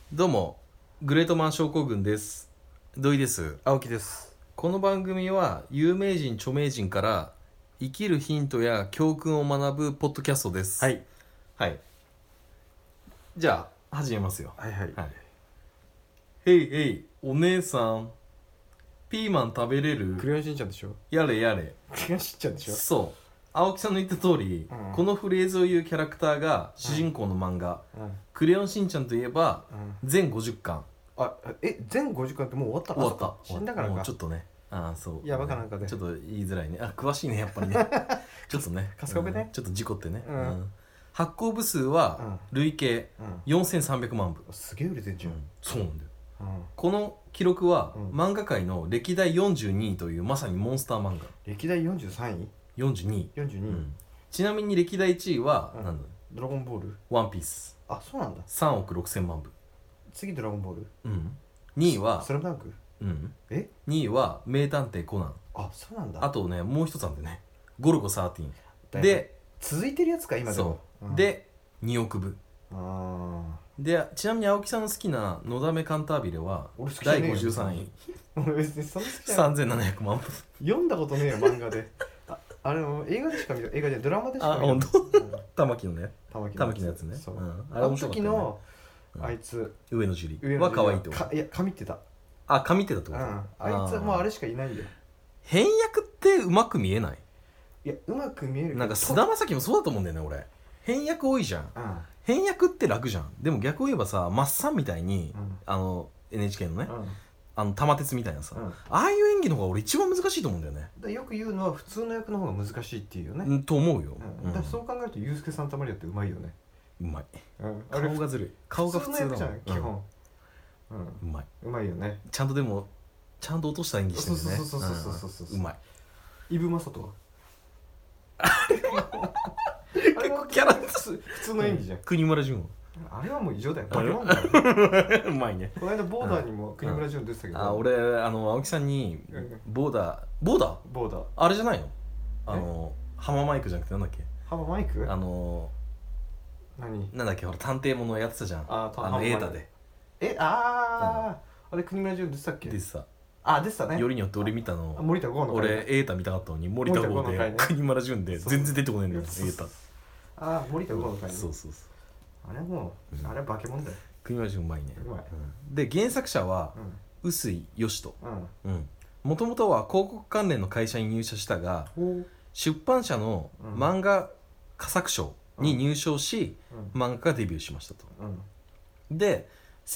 どうもグレートマン症候群です。土井です。 青木です。 この番組は有名人著名人から生きるヒントや教訓を学ぶポッドキャストです。 はいはい。じゃあ始めますよ。 はいはい、 へいへいお姉さんピーマン食べれる？ クレヨンしんちゃんでしょ。 やれやれ。 クレヨンしんちゃんでしょ。 そう青木さんの言った通り、このフレーズを言うキャラクターが主人公の漫画、クレヨンしんちゃんといえば、全50巻。 全50巻ってもう終わったの？ 終わった。 死んだからか。 もうちょっとね。そう。 やばかなんかでちょっと言いづらいね。詳しいねやっぱりね。ちょっとね。 春日部ね、 ちょっと事故ってね。発行部数は累計4300万部。 すげえ売れてんじゃん。 そうなんだよ。この記録は、漫画界の歴代42位というまさにモンスター漫画。 歴代43位 42位。ちなみに歴代1位は、なんだ？ ドラゴンボール、 ワンピース。 あ、そうなんだ。 3億6000万部。 次ドラゴンボール、 2位はスラムダンク、 2位は名探偵コナン。 あ、そうなんだ。 あとねもう一つなんでね、ゴルゴ13で続いてるやつか今でも。 で2億部。でちなみに青木さんの好きな「のだめカンタービレ」は第53位。 俺別にそんな好きじゃない。 3700万部。 読んだことねえよ漫画で。あれも映画でしか見た、映画でドラマでしか見た。 あ、本当？玉木のね、玉木のやつね。 あの時のあいつ上野樹里は可愛いってこと。 いや神ってた。 あ、神ってたってこと。 あいつもうあれしかいないんだよ。 変役ってうまく見えない？ いやうまく見えるけど、 なんか菅田将暉もそうだと思うんだよね俺。変役多いじゃん。変役って楽じゃん。でも逆を言えばさ、マッサンみたいにNHK のね、玉鉄みたいなさ、ああいう演技の方が俺一番難しいと思うんだよね。 よく言うのは普通の役の方が難しいっていうよね。 と思うよ。 だそう考えるとユースケ・サンタマリアってうまいよね。 うまい。顔がずるい。顔が普通だじゃん基本。 うまい。 うまいよね。 ちゃんとでもちゃんと落とした演技してるね。 そううまい。 イブ・マサトは結構キャラ普通の演技じゃん。 国村淳。 あれはもう異常だよ。うまいね。 この間ボーダーにも国村淳出てたけど、 俺青木さんにボーダーあれじゃないの？ハママイクじゃなくてなんだっけ？ ハママイク？ 何なんだっけ、ほら探偵ものやってたじゃん。エータで。 あれ国村淳出てたっけ？ 出てた。 出てたね。 よりによって俺見たの。 森田剛の回。 俺エータ見たかったのに森田剛で国村淳で全然出てこないんだよエータ。 森田剛の回。 そう。 あれもうあれは化け物だよ。 国村淳うまいね。で原作者は臼井義人。もともとは広告関連の会社に入社したが、出版社の漫画佳作賞に入賞し、漫画家デビューしましたと。で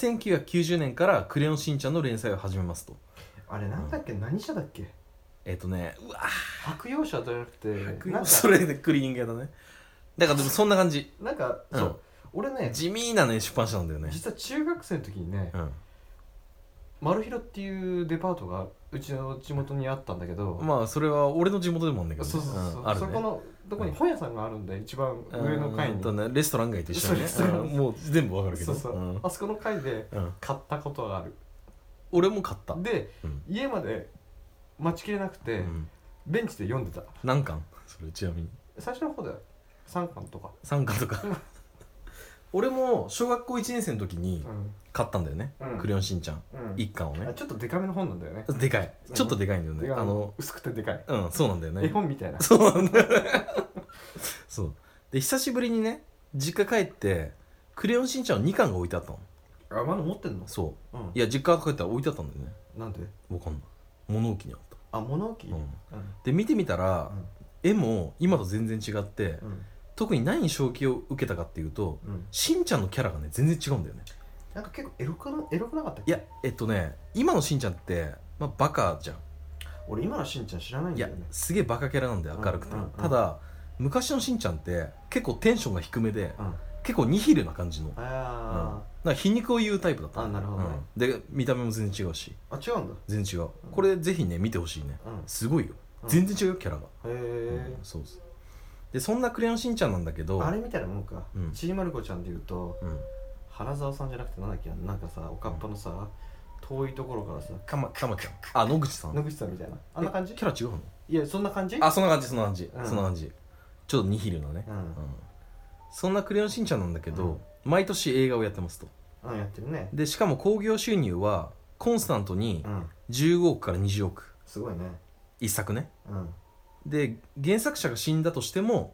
1990年からクレヨンしんちゃんの連載を始めますと。 あれなんだっけ、何社だっけ？ うわ白洋社じゃなくてそれでクリーニング屋だね。だからでもそんな感じ。 なんかそう俺ね地味なね出版社なんだよね。 実は中学生の時にね、マルヒロっていうデパートがうちの地元にあったんだけど、 まあそれは俺の地元でもあるんだけど、 そう、そこのとこに本屋さんがあるんで、一番上の階にレストラン街と一緒にね。もう全部わかるけど、 あそこの階で買ったことがある。 俺も買った。 で家まで待ちきれなくてベンチで読んでた。 何巻？それちなみに最初の方で3巻とか 3巻とか俺も小学校1年生の時に買ったんだよね、クレヨンしんちゃん1巻をね。 ちょっとデカめの本なんだよね。 でかい、ちょっとでかいんだよね。 薄くてでかい。 そうなんだよね。 絵本みたいな。 そうなんだよそうで久しぶりにね実家帰ってクレヨンしんちゃんの2巻が置いてあったの。 まだ持ってんの？ そう、いや実家帰ったら置いてあったんだよね。 なんで？ わかんない。物置にあった。 物置？ で見てみたら絵も今と全然違って、特に何に衝撃を受けたかっていうと、しんちゃんのキャラがね全然違うんだよね。 なんか結構エロくなかったっけ？ いや今のしんちゃんってバカじゃん。 俺今のしんちゃん知らないんだよね。 いやすげえバカキャラなんだよ、明るくて。ただ昔のしんちゃんって結構テンションが低めで、結構ニヒルな感じの、なんか皮肉を言うタイプだった。 なるほどね。 で見た目も全然違うし。 違うんだ。 全然違う。これぜひね見てほしいね。すごいよ。全然違うよキャラが。そうです。でそんなクレヨンしんちゃんなんだけど、 あれみたいなもんか。ちいまる子ちゃんでいうと花澤さんじゃなくてなんだっけ、なんかさおかっぱのさ遠いところからさたまちゃん、野口さんみたいな、あんな感じ。 キャラ違うの？ いやそんな感じ。 そんな感じそんな感じ。ちょっとニヒルなね。そんなクレヨンしんちゃんなんだけど、毎年映画をやってますと。 うん、やってるね。 でしかも興行収入はコンスタントに15億から20億、 すごいね。 一作ね。 うん、 で原作者が死んだとしても、 うん、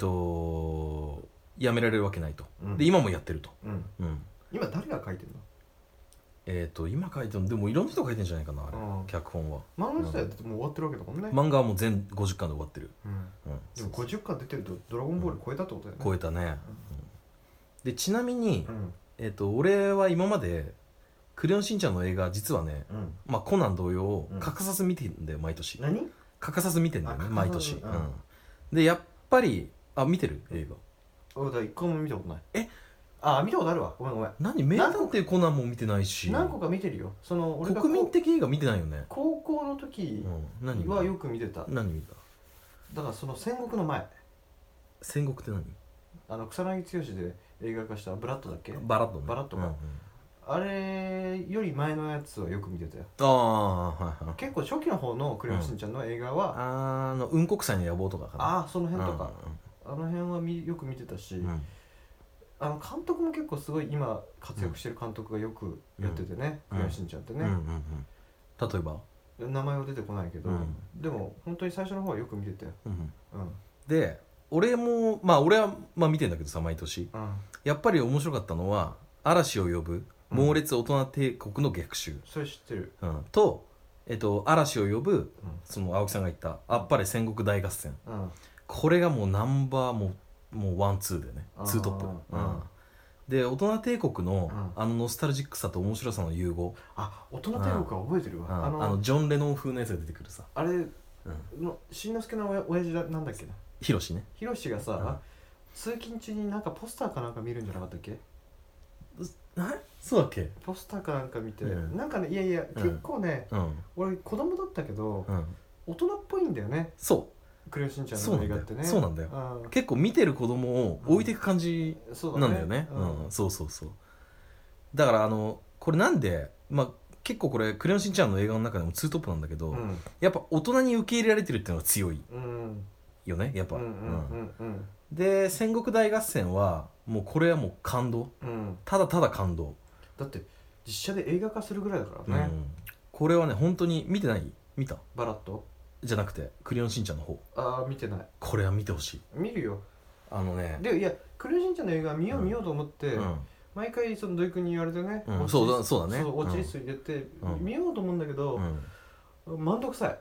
やめられるわけないと、 うん、 で今もやってると、 うんうん、今誰が書いてるの？ 今書いてるのでもいろんな人が書いてるんじゃないかなあれ、脚本は。 漫画自体ってもう終わってるわけだもんね。 漫画はもう全50巻で終わってる、 でも50巻出てるとドラゴンボール超えたってことだよね。 超えたね、でちなみに、俺は今までクレヨンしんちゃんの映画実はね、まあコナン同様欠かさず見てるんだよ毎年。 何？ 欠かさず見てんだよね毎年、でやっぱり見てる映画。 だ一回も見たことない。見たことあるわ。ごめんごめん。 何名探偵コナンも見てないし。 何個か見てるよ。 俺が国民的映画見てないよね。 高校の時はよく見てた。 何見た？ だからその戦国の前。 戦国って何？草薙剛で映画化したブラッドだっけ？ バラッドね。 バラッドか、あれより前のやつはよく見てたよ。 はいはい。 結構初期の方のクレヨンしんちゃんの映画は、 雲国際の野望とかかな。 その辺とか、あの辺はよく見てたし、監督も結構すごい今活躍してる監督がよくやっててね、クレヨンしんちゃんってね。 例えば名前は出てこないけど、でも本当に最初の方はよく見てたよ。 で俺も俺は見てんだけどさ毎年、やっぱり面白かったのは嵐を呼ぶ猛烈大人帝国の逆襲、 それ知ってる。 と嵐を呼ぶその青木さんが言ったあっぱれ戦国大合戦、これがもうナンバーもうワンツーでね、ツートップ。で大人帝国のノスタルジックさと面白さの融合。 大人帝国は覚えてるわ。 ジョン・レノン風のやつが出てくるさ、 あれのしんのすけの親父なんだっけな、 ヒロシね。 ヒロシがさ、通勤中になんかポスターかなんか見るんじゃなかったっけ？ そうだっけ？ ポスターかなんか見て、なんかね、いや結構ね、俺子供だったけど大人っぽいんだよね。 そうクレヨンしんちゃんの映画ってね。 そうなんだよ。結構見てる子供を置いていく感じなんだよね。そうだからこれなんで結構これクレヨンしんちゃんの映画の中でもツートップなんだけど、やっぱ大人に受け入れられてるっていうのが強いよねやっぱ。で戦国大合戦はもうこれはもう感動、ただただ感動だって。実写で映画化するぐらいだからね。 これはね本当に見てない？見た？ バラッとじゃなくてクレヨンしんちゃんの方。 見てない。 これは見てほしい。 見るよ。 でいやクレヨンしんちゃんの映画見ようと思って、毎回その土井君に言われてね、 そうだね、 ウォッチリスト入れて見ようと思うんだけど、めんどくさい。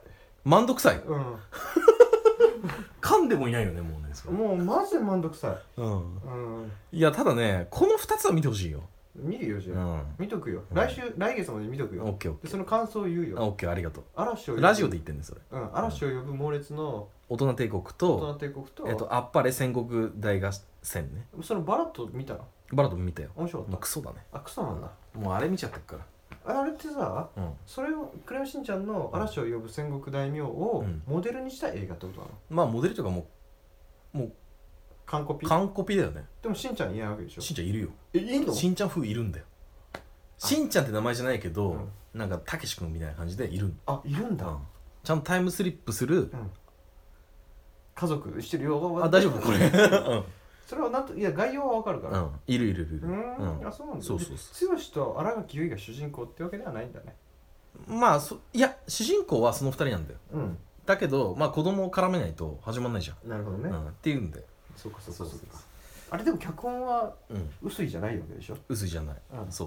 噛んでもいないよねもうね。 もうマジでめんどくさい。いやただねこの2つは見てほしいよ。 見るよじゃあ、見とくよ。来月まで見とくよ。 オッケー。 でその感想を言うよ。 オッケー、ありがとう。 嵐をラジオで言ってんねそれ。 嵐を呼ぶ猛烈の大人帝国とあっぱれ戦国大合戦ね。 そのバラッと見たの？ バラッと見たよ。 面白かった。 クソだね。 クソなんだ。 もうあれ見ちゃってるから。 あれってさ、それをクレヨンしんちゃんの嵐を呼ぶ戦国大名をモデルにした映画ってことなの？ モデルというかもう完コピだよね。 でもしんちゃんいないわけでしょ？ しんちゃんいるよ。 いんの？ しんちゃん風いるんだよ。しんちゃんって名前じゃないけど、なんかたけし君みたいな感じでいる。 いるんだ。 ちゃんとタイムスリップする家族してるよ。 大丈夫これ。 それはなんと、いや概要はわかるから。 いる。 そうなんだ。剛と新垣結衣が主人公ってわけではないんだね。 いや主人公はその2人なんだよ。だけど子供を絡めないと始まんないじゃん。 なるほどね。 っていうんで。 そうか。あれでも脚本は薄いじゃないわけでしょ？ 薄いじゃない。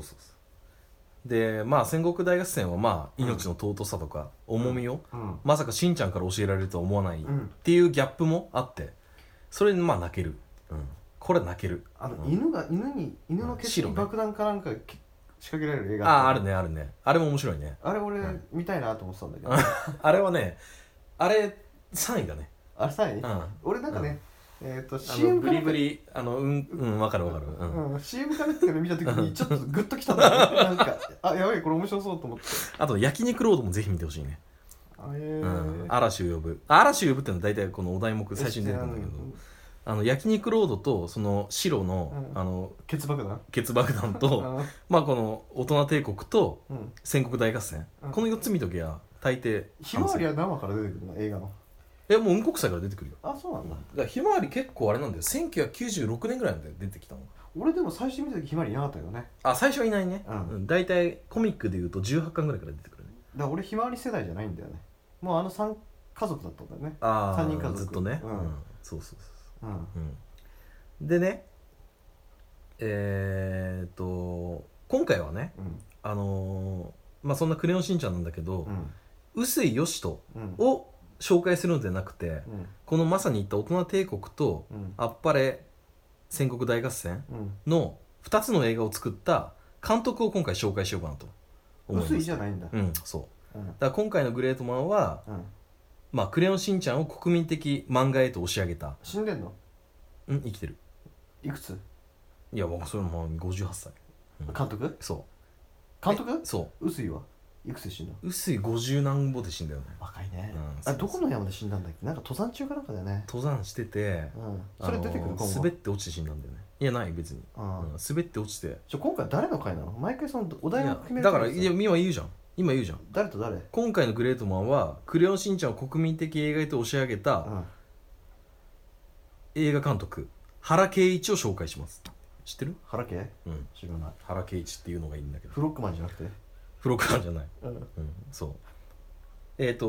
で戦国大合戦は命の尊さとか重みをまさかしんちゃんから教えられるとは思わないっていうギャップもあって、それに泣ける。これ泣ける。 犬のケツに爆弾かなんか仕掛けられる映画あるね。あれも面白いね。 あれ俺見たいなと思ってたんだけど。 あれはね3位だね。 あれ3位？俺なんかね CM ブリブリわかる。 CM かなんかで見た時にちょっとグッときたんだよね。なんかやばいこれ面白そうと思って。 あと焼肉ロードもぜひ見てほしいね。嵐を呼ぶってのは大体このお題目最初に出てくるんだけど、焼肉ロードとその白のケツ爆弾とこの大人帝国と戦国大合戦、この4つ見ときゃ大抵。 ひまわりは何話から出てくるの映画の？ もう雲国際から出てくるよ。 そうなんだ。 ひまわり結構あれなんだよ、1996年ぐらいなんだよ出てきたの。 俺でも最初見た時ひまわりいなかったよね。 あ、最初はいないね。 うん大体コミックでいうと18巻ぐらいから出てくるね。 だから俺ひまわり世代じゃないんだよね。もう3家族だったんだよね。 ああ、 三人家族ずっとね。 うんそうそうそう。 うんでね、今回はね、まあそんなクレヨンしんちゃんなんだけど、臼井義人を紹介するのではなくて、このまさに言った大人帝国とあっぱれ戦国大合戦の2つの映画を作った監督を今回紹介しようかなと思います。 臼井じゃないんだ。 そう。だから今回のグレートマンは、まあクレヨンしんちゃんを国民的漫画へと押し上げた。 死んでんの？ 生きてる。 いくつ？ いや、僕それもう58歳。 監督？ そう。 監督？ そう。 臼井はいくつで死んだ？ 臼井50何歩で死んだよね。 若いね。 あ、 どこの山で死んだんだっけ？なんか登山中かなんかだよね。 登山してて、 それ出てくる今後。 滑って落ちて死んだんだよね。いや、ない別に。滑って落ちて。 今回誰の回なの？毎回そのお題を決める。 だから今言うじゃん。 誰と誰？ 今回のグレートマンはクレヨンしんちゃんを国民的映画へと押し上げた映画監督原敬一を紹介します。知ってる？ 原敬？知らない。 原敬一っていうのがいいんだけど。 フロックマンじゃなくて？ フロックマンじゃない。そう。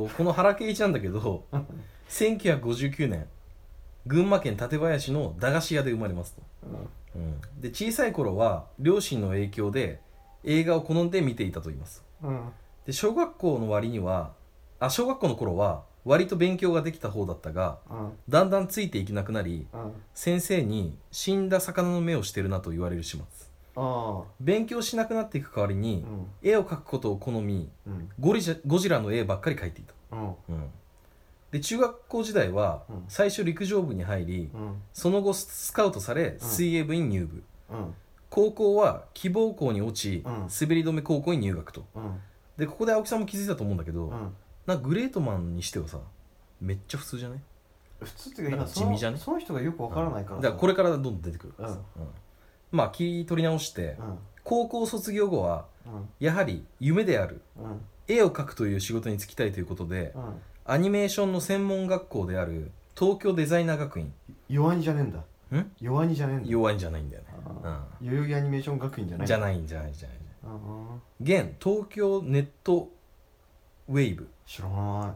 この原敬一なんだけど1959年群馬県館林の駄菓子屋で生まれますと。で小さい頃は両親の影響で映画を好んで見ていたと言います。で小学校の頃は割と勉強ができた方だったが、だんだんついていけなくなり、先生に死んだ魚の目をしてるなと言われる始末。勉強しなくなっていく代わりに、絵を描くことを好み、ゴジラの絵ばっかり描いていた。で中学校時代は最初陸上部に入り、その後スカウトされ水泳部に入部、高校は希望校に落ち、滑り止め高校に入学と。でここで青木さんも気づいたと思うんだけど、なんかグレートマンにしてはさめっちゃ普通じゃない？ 普通っていうか今地味じゃね？ その人がよくわからないからさ、 だからこれからどんどん出てくる。まあ気取り直して、高校卒業後はやはり夢である絵を描くという仕事に就きたいということで、アニメーションの専門学校である東京デザイナー学院。 弱いんじゃねえんだ。弱いんじゃねえんだ。 弱いんじゃないんだよね。 代々木アニメーション学院じゃない。 じゃない現東京ネットウェイブ。 知らない。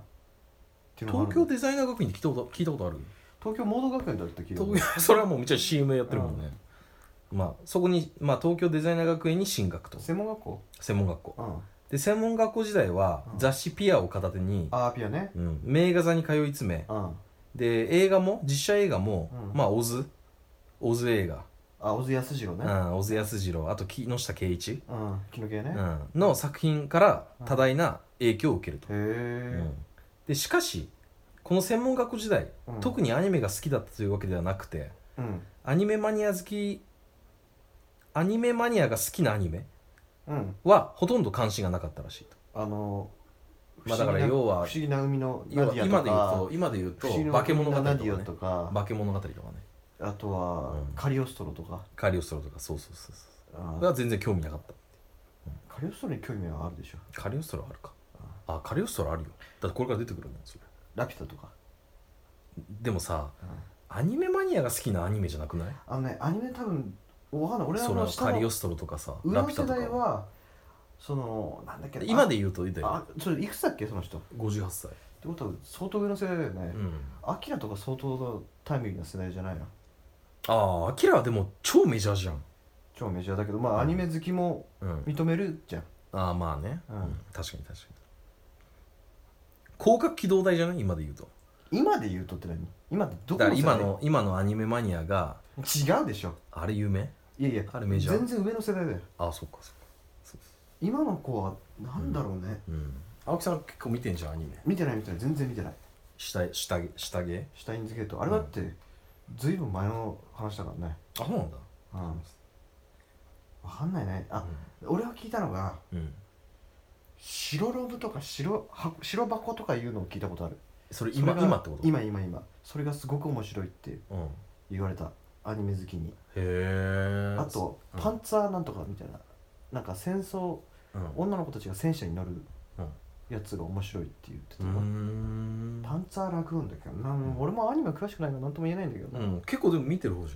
東京デザイナー学院って聞いたことある？ 東京モード学園だったっけ？ それはもうめっちゃ CM やってるもんね。まあそこに、東京デザイナー学園に進学と。 専門学校。 で専門学校時代は雑誌ピアを片手に、 ピアね、 名画座に通い詰め、で実写映画も、小津映画、 小津安二郎ね、 小津安二郎、あと木下圭一、 木の系ね、 の作品から多大な影響を受けると。でしかしこの専門学校時代、特にアニメが好きだったというわけではなくて、アニメマニアが好きなアニメはほとんど関心がなかったらしいと。だから要は不思議な海のナディアとか、 今で言うと化け物語とか、 化け物語とかね、 あとはカリオストロとか、 そうが全然興味なかった。 カリオストロに興味はあるでしょ。 カリオストロあるか。カリオストロあるよ。だってこれから出てくるもんそれ。 ラピュタとか。 でもさ、アニメマニアが好きなアニメじゃなくない？ アニメ多分わかんない。俺はカリオストロとかさ、ラピュタとか。上の世代はなんだっけ、 今で言うとそれいくつだっけその人 ？58歳ってことは相当上の世代だよね。アキラとか相当タイムリーな世代じゃないの？ アキラはでも超メジャーじゃん。 超メジャーだけど、アニメ好きも認めるじゃん。 まあね、確かに広角機動隊じゃない？今で言うと。 今で言うとって何？今ってどこの世代？今のアニメマニアが違うでしょ。 あれ有名？ いやあれメジャー。 全然上の世代だよ。 そっか今の子はなんだろうね。 青木さん結構見てんじゃんアニメ。 見てない全然見てない。 下着シュタインズゲートあれだってずいぶん前の話だからね。 そうなんだ。 わかんないね。俺は聞いたのが、白ロブとか白箱とかいうのを聞いたことある。 それ今ってこと？ 今それがすごく面白いって言われた、アニメ好きに。あとパンツァーなんとかみたいな、なんか戦争、女の子たちが戦車に乗るやつが面白いって言ってた。パンツァーラグーンだっけど、俺もアニメ詳しくないから何とも言えないんだけど、 結構でも見てる方じ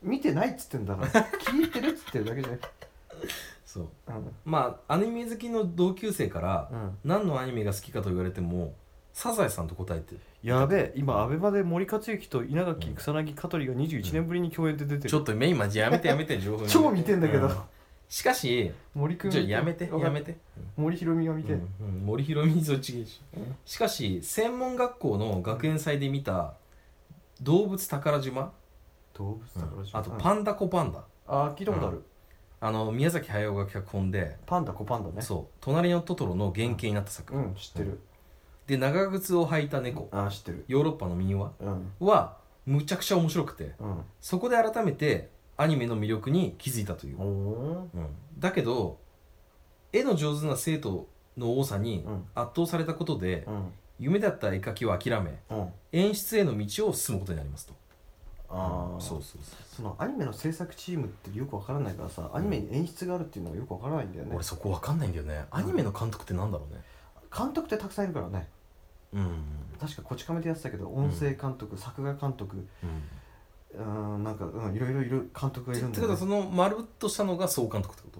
見てないっつってんだから聞いてるっつってるだけじゃないそう、まあアニメ好きの同級生から、何のアニメが好きかと言われてもサザエさんと答えてる。 やべえ、今アベマで森克行と稲垣草薙香取が21年ぶりに共演で出てる、 ちょっとメインマジやめて情報超見てんだけど、 しかし森くんちょやめて森ひろみが見て、 森ひろみぞちげえし、しかし専門学校の学園祭で見た動物宝島、あとパンダコパンダ、 聞いたことある、 宮崎駿が脚本でパンダコパンダね、 そう隣のトトロの原型になった作品、 知ってる、 で長靴を履いた猫、 知ってる、 ヨーロッパの民話、はむちゃくちゃ面白くて、そこで改めてアニメの魅力に気づいたという、だけど絵の上手な生徒の多さに圧倒されたことで、夢だった絵描きを諦め、演出への道を進むことになりますと。そうそのアニメの制作チームってよくわからないからさ、アニメに演出があるっていうのがよくわからないんだよね。 俺そこわかんないんだよね。アニメの監督ってなんだろうね。 監督ってたくさんいるからね。確かこち亀でやってたけど、音声監督、作画監督、なんかいろいろいる監督がいるんだよね。 ってことはその丸っとしたのが総監督ってこと？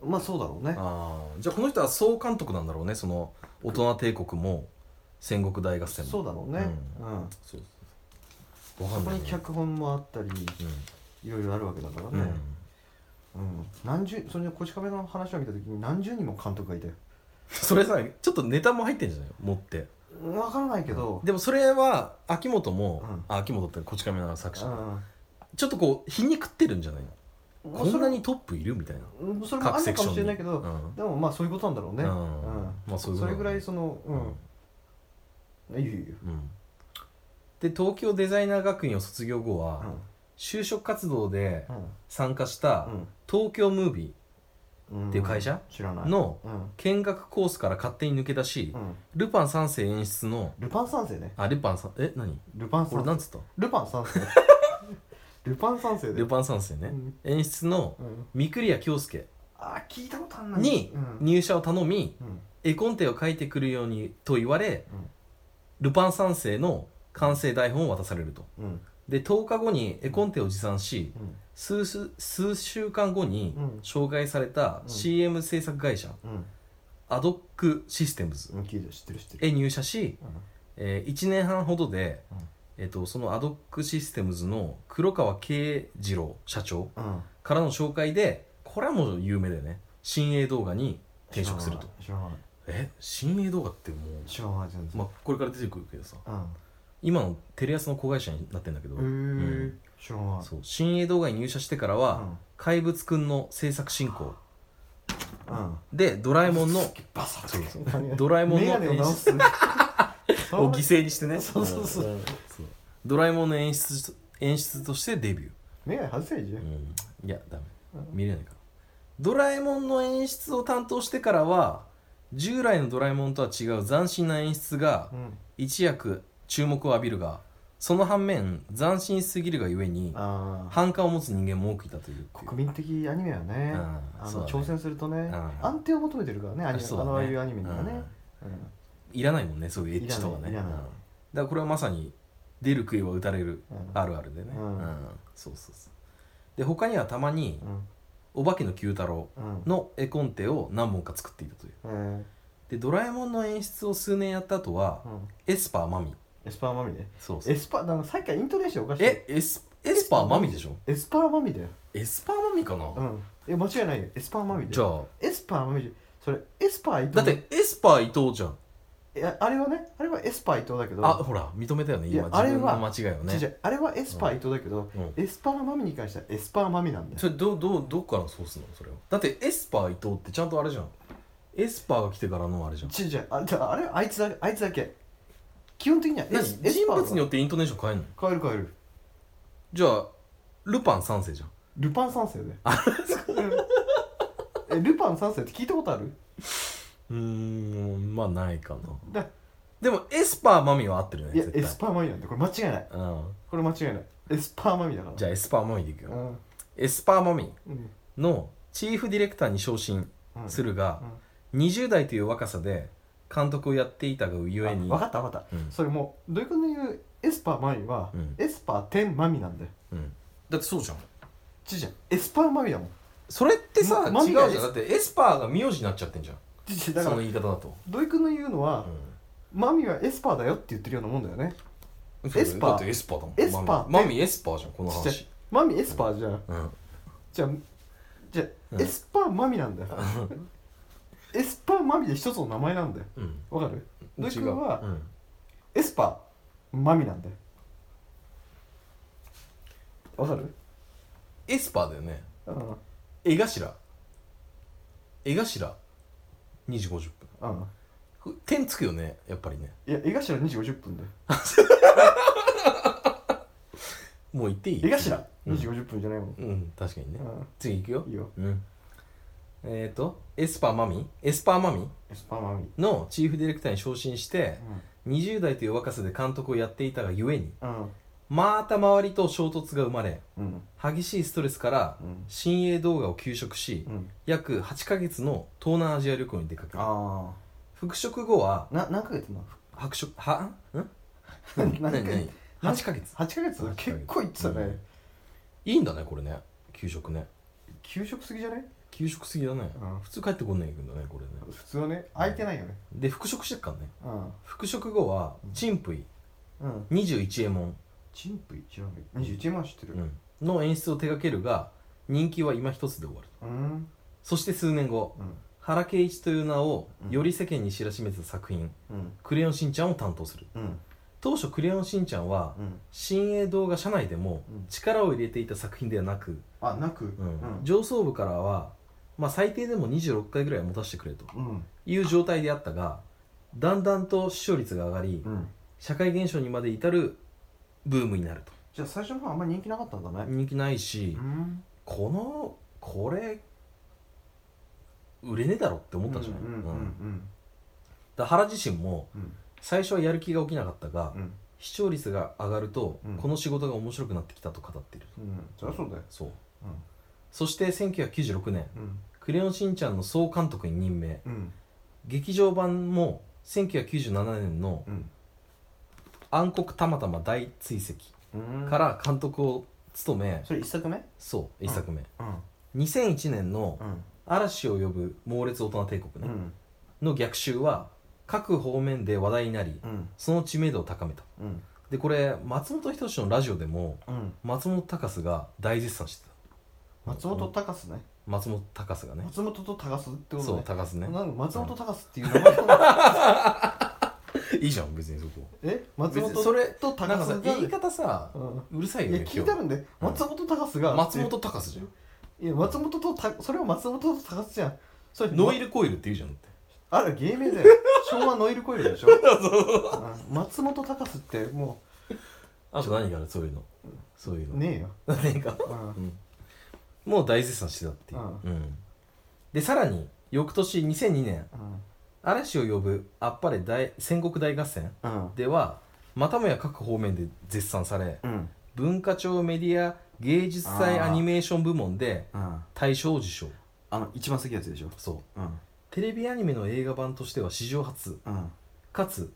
まあそうだろうね。 じゃあこの人は総監督なんだろうね。その大人帝国も戦国大合戦も。 そうだろうね。 そうそこに脚本もあったり、いろいろあるわけだからね。それでこち亀の話を見た時に何十人も監督がいたよ。 それさ、ちょっとネタも入ってんじゃないの？持って分からないけど、 でもそれは秋元も、秋元ってこち亀の作者、ちょっとこう皮肉ってるんじゃないの？こんなにトップいるみたいな。 それもあるかもしれないけど、でもまあそういうことなんだろうね。 まあそれぐらいそのいいよ。 で東京デザイナー学院を卒業後は、就職活動で参加した東京ムービーっていう会社の見学コースから勝手に抜け出し、ルパン三世演出のルパン三世ね。 ルパン三世何？ ルパン三世。 俺なんつった？ ルパン三世。ルパン三世で。 ルパン三世ね。演出の三栗谷京介聞いたことあるなに入社を頼み、絵コンテを書いてくるようにと言われ、ルパン三世の完成台本を渡されると。で10日後に絵コンテを持参し、数週間後に紹介された CM 制作会社、アドックシステムズへ入社し、1年半ほどで、そのアドックシステムズの黒川慶次郎社長からの紹介で、これはもう有名だよね、新鋭動画に転職すると。新鋭動画ってもう知らない全然、 まあ、これから出てくるけどさ、今のテレ朝の子会社になってんだけど、 知らない。 そう、新鋭動画に入社してからは、怪物くんの制作進行、でドラえもんのドラえもんの演出を犠牲にしてね、ドラえもんの演出としてデビュー。 メガネ外せばいいじゃん。 いやダメ、見れないから。ドラえもんの演出を担当してからは、従来のドラえもんとは違う斬新な演出が一躍注目を浴びるが、その反面斬新すぎるがゆえに反感を持つ人間も多くいたという。 国民的アニメはね、挑戦するとね、安定を求めてるからね、ああいうアニメにはね、 いらないもんね、そういうエッジとかね。だからこれはまさに出る杭は打たれるあるあるでね。そうで、他にはたまにお化けの Q 太郎の絵コンテを何本か作っていたという。でドラえもんの演出を数年やった後は、エスパーマミ。 エスパーマミね。 そうエスパー、なんかさっきからイントネーションおかしい。 エスパーマミでしょ。 エスパーマミだよ。 エスパーマミかな。 間違いないよ、エスパーマミで。 じゃあエスパーマミ、それエスパー伊藤だってエスパー伊藤じゃん。 あれはね、あれはエスパー伊藤だけど、 ほら認めたよね、今自分の間違いをね。 あれはエスパー伊藤だけど、エスパーマミに関してはエスパーマミなんだよ。 それどっからそうすんのそれは。だってエスパー伊藤ってちゃんとあれじゃん、エスパーが来てからのあれじゃん。 あれあいつだけ基本的には人物によってイントネーション変えるの？ 変える。 じゃあルパン三世じゃん。 ルパン三世でルパン三世って聞いたことある？ まあないかな。でもエスパーマミは合ってるね。 いやエスパーマミなんで、これ間違いない。これ間違いない。エスパーマミだから。 じゃあエスパーマミでいくよ。エスパーマミのチーフディレクターに昇進するが、20代という若さで監督をやっていたがゆえに。 分かった、それもうどういうことで言うエスパーマミは、エスパー10マミなんだよ。 だってそうじゃん。 じゃんエスパーマミだもん。 それってさ、違うじマミがゃん。だってエスパーが名字になっちゃってんじゃん。 だからその言い方だと土井くんの言うのは、マミはエスパーだよって言ってるようなもんだよね。 エスパーだってエスパーだもん。 エスパーマミエスパーじゃんこの話。 マミエスパーじゃん、じゃあエスパーマミなんだよエスパーマミで一つの名前なんだよ。わかる？土井くんは、エスパーマミなんだよ。わかる？ エスパーだよね。絵頭2時50分。点つくよねやっぱりね。 いや絵頭2時50分だよもう言っていい？ 絵頭2時50分じゃないもん。 確かにね。次行くよ。 いいよ。 エスパーマミのチーフディレクターに昇進して、20代という若さで監督をやっていたがゆえに、また周りと衝突が生まれ、激しいストレスから新鋭動画を休職し、約8ヶ月の東南アジア旅行に出かける。復職後は何ヶ月の白職は何 8ヶ月 8ヶ月結構いってたね。 いいんだねこれね。休職ね。 休職すぎじゃね？ 休職すぎだね。普通帰ってこんないけどねこれね。 普通はね空いてないよね。 で復職してっからね。復職後はチンプイ21エモンチンプイ知らない。21エモン知ってるの演出を手掛けるが人気は今一つで終わる。そして数年後、原敬一という名をより世間に知らしめた作品、クレヨンしんちゃんを担当する。当初クレヨンしんちゃんは、新鋭動画社内でも力を入れていた作品ではなく、上層部からは、最低でも26回ぐらいは持たせてくれという状態であったが、だんだんと視聴率が上がり、社会現象にまで至るブームになると。 じゃあ最初の方あんまり人気なかったんだね。 人気ないし、これ売れねえだろって思ったんじゃない？だ原自身も、最初はやる気が起きなかったが、視聴率が上がると、この仕事が面白くなってきたと語っている。 そりゃそうだよ。 そして1996年、クレヨンしんちゃんの総監督に任命、劇場版も1997年の暗黒たまたま大追跡から監督を務め、 それ1作目？ そう1作目、2001年の嵐を呼ぶ猛烈大人帝国ね、の逆襲は各方面で話題になり、その知名度を高めた。でこれ松本人志のラジオでも、松本隆が大絶賛してた。 松本隆ね。 松本隆がね。 松本と隆ってことね。 そう隆ね。 なんか松本隆っていう名前いいじゃん別にそこ。 松本それとなんかさ言い方さ、うるさいよね。 いや聞いたるんで松本隆が松本隆じゃん。 いや松本とそれは松本と隆じゃん。それノイルコイルって言うじゃんって。 あれ芸名だよ。昭和ノイルコイルでしょ。松本隆ってもうあと何がある？そういうのねえよ。 ねえか。もう大絶賛してたっていう。でさらに翌年2002年、嵐を呼ぶあっぱれ戦国大合戦ではまたもや各方面で絶賛され、文化庁メディア芸術祭アニメーション部門で大賞を受賞。 一番好きなやつでしょ。 そう、テレビアニメの映画版としては史上初、かつ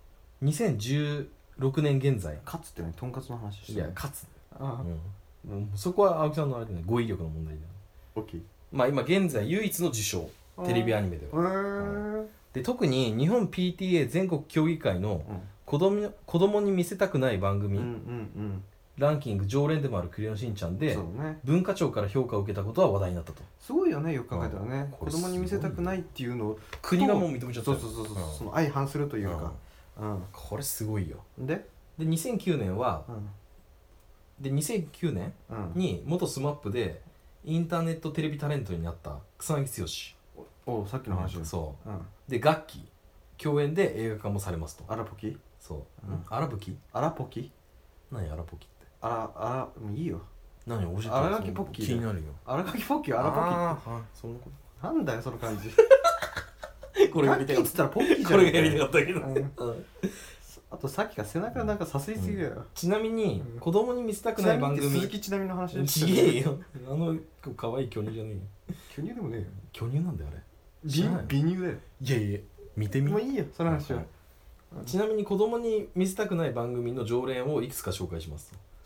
2016年現在、 かつってね、とんかつの話してる。 いやかつ、そこは青木さんのあれね、語彙力の問題だよ。 オッケー。 今現在唯一の受賞、テレビアニメでは。で特に日本 PTA 全国協議会の子供に見せたくない番組ランキング常連でもあるクレヨンしんちゃんで、文化庁から評価を受けたことは話題になったと。 すごいよね、よく考えたらね。子供に見せたくないっていうのを国がもう認めちゃった。 そうその相反するというか、 これすごいよ。 で 2009年は、2009年に元スマップでインターネットテレビタレントになった草薙剛、 さっきの話。 そうで楽器共演で映画化もされますと。 アラポキ。 そう、アラブキ、 アラポキ、 何アラポキって。 もういいよ。 何教えて。 アラガキポッキー気になるよ。 アラガキポッキー、アラポキって。 そんなこと。 なんだよその感じ。 これやりたかった。 ガッキーっつったらポッキーじゃん。 これがやりたかったけど。 あとさっきから背中なんかさすりすぎだよ。 ちなみに子供に見せたくない番組。 鈴木ちなみの話でちげえよ。可愛い巨乳じゃねえよ。 巨乳でもねえよ。 巨乳なんだよあれ。 美乳だよ。 いやいや見てみ。 もういいよその話は。 ちなみに子供に見せたくない番組の常連をいくつか紹介しますと。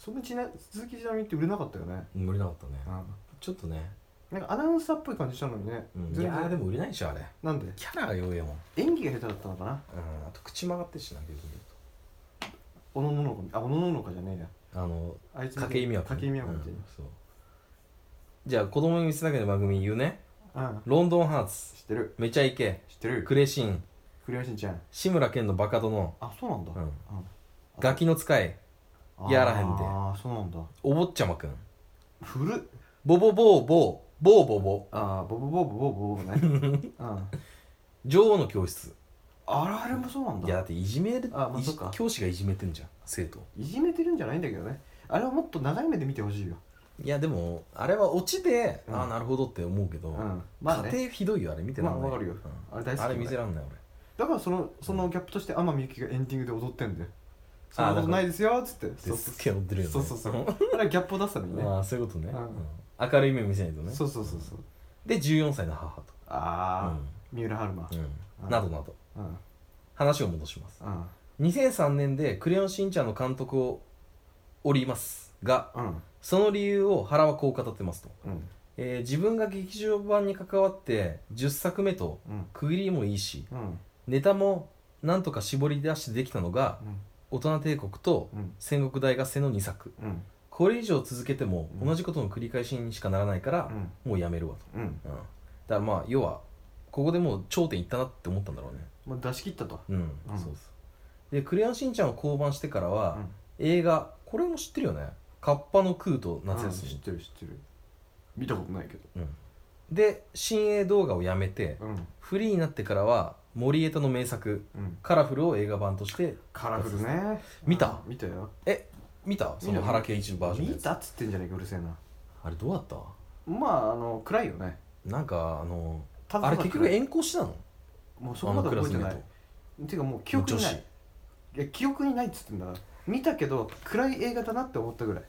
そのうちね鈴木ちなみにって売れなかったよね。 売れなかったね、ちょっとねなんかアナウンサーっぽい感じしたのにね、 いやでも売れないでしょあれ。 なんで？ キャラが弱いもん。 演技が下手だったのかな。 あと口曲がってるしな、逆に言うおのののか、おのののかじゃねえや、あいつ筧美和君。 筧美和君みたいな。 そう。じゃあ子供に見せなきゃの番組言うね。 うんロンドンハーツ、 知ってるめちゃイケ、 知ってる。 クレシン、 クレヨンしんちゃん。 志村けんのバカ殿、 あ、そうなんだ。 ガキの使い、やらへんで、 ああ、そうなんだ。 お坊ちゃまくん、 古っ。 ボボボーボーボーボボ、 ああ、ボボボボボボボね。うん。 女王の教室。 あれもそうなんだ。 いやだっていじめる、 そうか。 教師がいじめてんじゃん、生徒。 いじめてるんじゃないんだけどね。あれはもっと長い目で見てほしいよ。 いやでもあれはオチで、ああなるほどって思うけど、 まあね、 家庭ひどいよあれ見てらんない。 わかるよ。あれ大好き。 あれ見せらんない俺。 だからそのギャップとして天海祐希がエンディングで踊ってんだよ。そんなことないですよっつって。 すっげえ踊ってるよね。 そうあれはギャップを出すためにね。 ああそういうことね。明るい目見せないとね。 そうで14歳の母と、 三浦春馬などなど、話を戻します。2003年でクレヨンしんちゃんの監督をおりますが、その理由を原はこう語ってますと、自分が劇場版に関わって10作目と区切りもいいし、ネタもなんとか絞り出してできたのが、大人帝国と戦国大合戦の2作、これ以上続けても同じことの繰り返しにしかならないから、もうやめるわと、だからまあ要はここでもう頂点いったなって思ったんだろうね。 もう出し切ったと。 そうでクレヨンしんちゃんを降板してからは、映画これも知ってるよね、カッパの空と夏休み、 知ってる見たことないけど、 で新映動画をやめて、フリーになってからは森江戸の名作、カラフルを映画版として。 カラフルね。 見たよ。 見たその原敬一のバージョン。 見たっつってんじゃねえか、うるせえな。 あれどうだった？ まあ暗いよね。 なんかあれ結局援交したの？ もうそこまで覚えてない。ていうかもう記憶にない。いや記憶にないっつってんだから。見たけど暗い映画だなって思ったぐらい。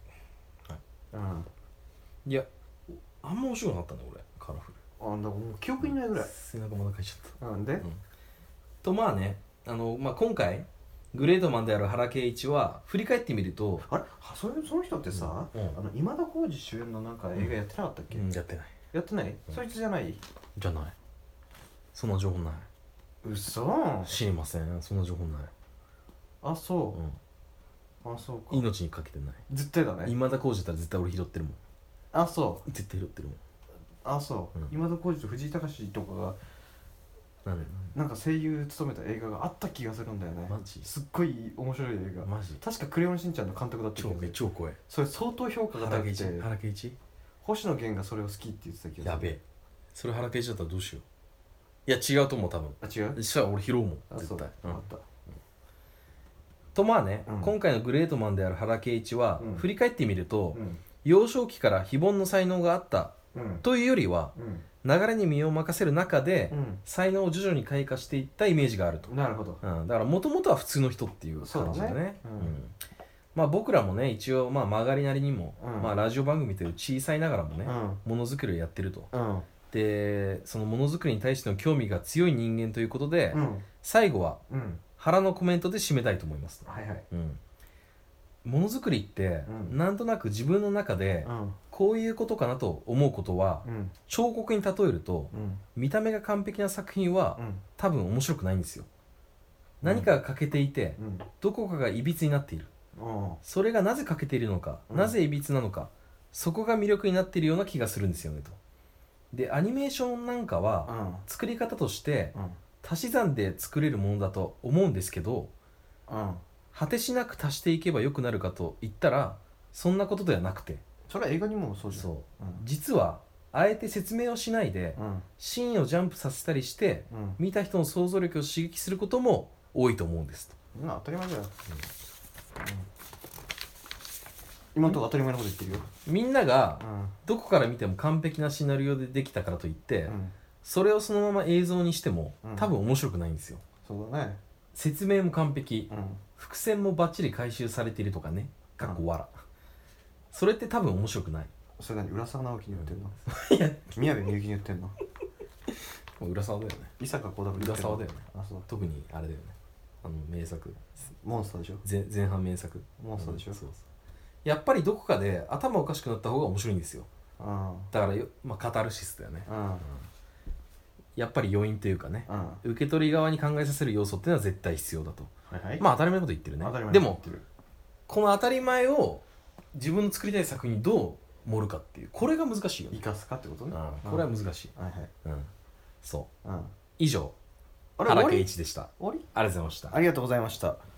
いやあんま面白くなかったんだ俺、カラフル。 だからもう記憶にないぐらい。 背中まだ書いちゃった。 でとまあね、今回グレートマンである原敬一は振り返ってみると、 あれその人ってさ、今田耕司主演のなんか映画やってなかったっけ？ やってない。 やってない？そいつじゃない？ じゃない。そんな情報ない。 嘘？ 知りません、そんな情報ない。 あ、そう。あ、そうか。 命にかけてない。 絶対だね。 今田耕司だったら絶対俺拾ってるもん。 あ、そう。 絶対拾ってるもん。 あ、そう。今田耕司と藤井隆とかがなんか声優務めた映画があった気がするんだよね。 マジ？ すっごい面白い映画。 マジ？ 確かクレヨンしんちゃんの監督だった気がする。 超怖い。 それ相当評価が高くて、 原敬一？ 星野源がそれを好きって言ってた気がする。 やべえ。それ原敬一だったらどうしよう。いや違うと思う多分。 違う？ そしたら俺拾うもん絶対。とまあね、今回のグレートマンである原敬一は、振り返ってみると、幼少期から非凡の才能があったというよりは、流れに身を任せる中で、才能を徐々に開花していったイメージがあると。 なるほど。 だからもともとは普通の人っていう感じだね。まあ僕らもね一応曲がりなりにも、ラジオ番組という小さいながらもね、ものづくりをやってると。でそのものづくりに対しての興味が強い人間ということで、最後は原のコメントで締めたいと思います。ものづくりって、なんとなく自分の中で、こういうことかなと思うことは、彫刻に例えると、見た目が完璧な作品は、多分面白くないんですよ。何かが欠けていて、どこかがいびつになっている。それがなぜ欠けているのか、なぜいびつなのか、そこが魅力になっているような気がするんですよねと。でアニメーションなんかは、作り方として、足し算で作れるものだと思うんですけど、果てしなく足していけばよくなるかと言ったらそんなことではなくて、 それは映画にもそうじゃん。 実はあえて説明をしないで、シーンをジャンプさせたりして、見た人の想像力を刺激することも多いと思うんですと。 当たり前だよ。今のところ当たり前のこと言ってるよ。 みんながどこから見ても完璧なシナリオでできたからといって、それをそのまま映像にしても、多分面白くないんですよ。 そうだね。 説明も完璧、伏線もバッチリ回収されているとかね、かっこ笑、それって多分面白くない。 それ何浦沢直樹に言ってんの？ いや宮部みゆきに言ってんの？ もう浦沢だよね。 伊坂幸太郎浦沢だよね。 あ、そう。 特にあれだよね、名作モンスターでしょ。 前半名作モンスターでしょ。 そうやっぱりどこかで頭おかしくなった方が面白いんですよ。 うんだからカタルシスだよね。 うんやっぱり余韻というかね、受け取り側に考えさせる要素っていうのは絶対必要だと。 はいはい、 当たり前のこと言ってるね。でもこの当たり前を自分の作りたい作品にどう盛るかっていう、これが難しいよね。 生かすかってことね。 これは難しい。 はいはい。 そう。以上、原敬一でした。 終わり？ ありがとうございました。 ありがとうございました。